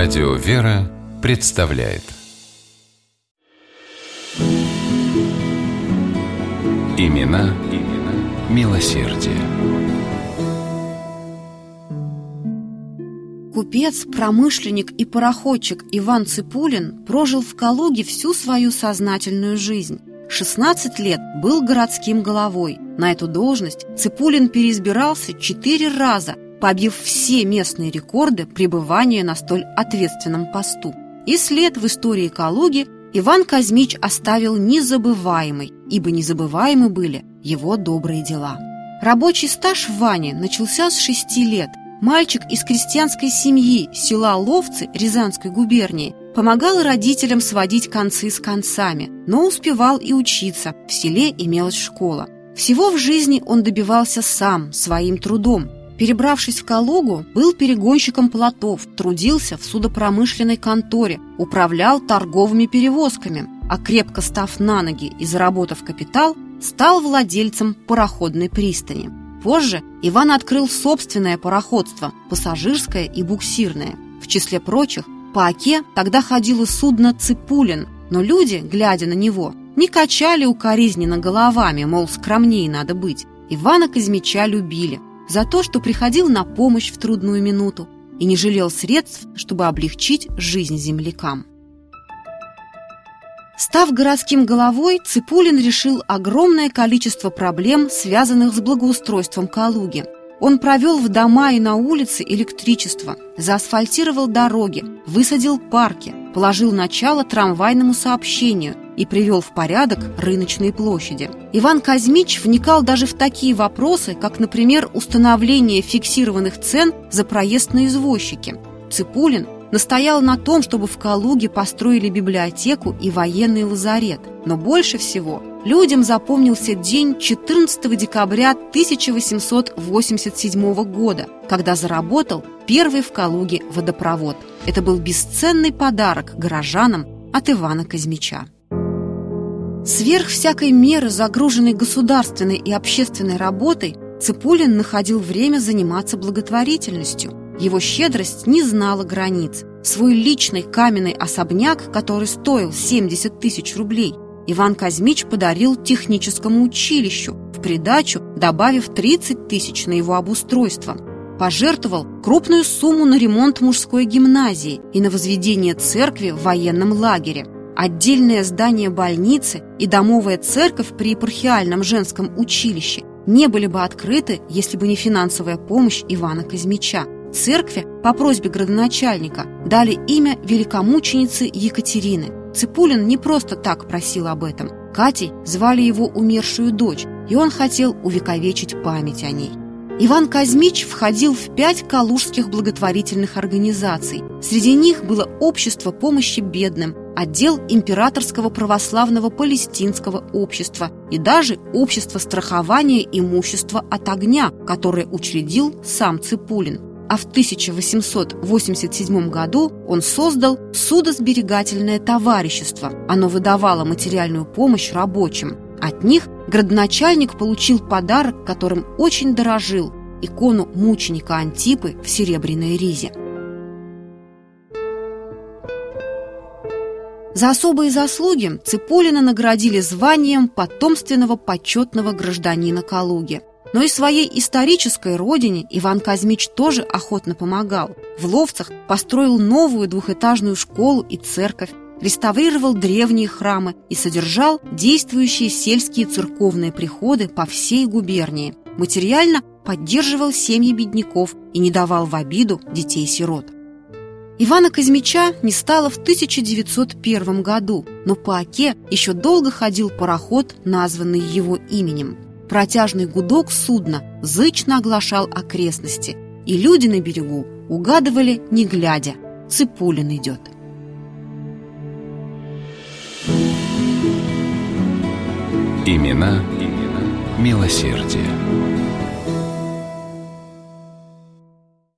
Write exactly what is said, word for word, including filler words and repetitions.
Радио «Вера» представляет Имена, имена милосердия. Купец, промышленник и пароходчик Иван Ципулин прожил в Калуге всю свою сознательную жизнь. шестнадцать лет был городским головой. На эту должность Ципулин переизбирался четыре раза, побив все местные рекорды пребывания на столь ответственном посту. И след в истории Калуги Иван Казмич оставил незабываемый, ибо незабываемы были его добрые дела. Рабочий стаж Вани начался с шести лет. Мальчик из крестьянской семьи села Ловцы Рязанской губернии помогал родителям сводить концы с концами, но успевал и учиться, в селе имелась школа. Всего в жизни он добивался сам, своим трудом. Перебравшись в Калугу, был перегонщиком плотов, трудился в судопромышленной конторе, управлял торговыми перевозками, а крепко став на ноги и заработав капитал, стал владельцем пароходной пристани. Позже Иван открыл собственное пароходство, пассажирское и буксирное. В числе прочих, по Оке тогда ходило судно «Ципулин», но люди, глядя на него, не качали укоризненно головами, мол, скромнее надо быть. Ивана Казмича любили за то, что приходил на помощь в трудную минуту и не жалел средств, чтобы облегчить жизнь землякам. Став городским головой, Ципулин решил огромное количество проблем, связанных с благоустройством Калуги. Он провел в дома и на улице электричество, заасфальтировал дороги, высадил парки, положил начало трамвайному сообщению и привел в порядок рыночные площади. Иван Казмич вникал даже в такие вопросы, как, например, установление фиксированных цен за проезд на извозчике. Ципулин настоял на том, чтобы в Калуге построили библиотеку и военный лазарет. Но больше всего людям запомнился день четырнадцатого декабря тысяча восемьсот восемьдесят седьмого года, когда заработал первый в Калуге водопровод. Это был бесценный подарок горожанам от Ивана Казмича. Сверх всякой меры, загруженной государственной и общественной работой, Ципулин находил время заниматься благотворительностью. Его щедрость не знала границ. Свой личный каменный особняк, который стоил семьдесят тысяч рублей, Иван Казмич подарил техническому училищу, в придачу добавив тридцать тысяч на его обустройство. Пожертвовал крупную сумму на ремонт мужской гимназии и на возведение церкви в военном лагере. Отдельное здание больницы и домовая церковь при епархиальном женском училище не были бы открыты, если бы не финансовая помощь Ивана Казмича. Церкви по просьбе градоначальника дали имя великомученицы Екатерины. Ципулин не просто так просил об этом. Катей звали его умершую дочь, и он хотел увековечить память о ней. Иван Казмич входил в пять калужских благотворительных организаций. Среди них было Общество помощи бедным, отдел Императорского православного палестинского общества и даже Общество страхования имущества от огня, которое учредил сам Ципулин. А в тысяча восемьсот восемьдесят седьмом году он создал судосберегательное товарищество. Оно выдавало материальную помощь рабочим. От них градоначальник получил подарок, которым очень дорожил – икону мученика Антипы в серебряной ризе. За особые заслуги Ципулина наградили званием потомственного почетного гражданина Калуги. Но и своей исторической родине Иван Казмич тоже охотно помогал. В Ловцах построил новую двухэтажную школу и церковь, реставрировал древние храмы и содержал действующие сельские церковные приходы по всей губернии. Материально поддерживал семьи бедняков и не давал в обиду детей-сирот. Ивана Казмича не стало в тысяча девятьсот первом году, но по Оке еще долго ходил пароход, названный его именем. Протяжный гудок судна зычно оглашал окрестности, и люди на берегу угадывали, не глядя: Ципулин идет. Имена, имена милосердия.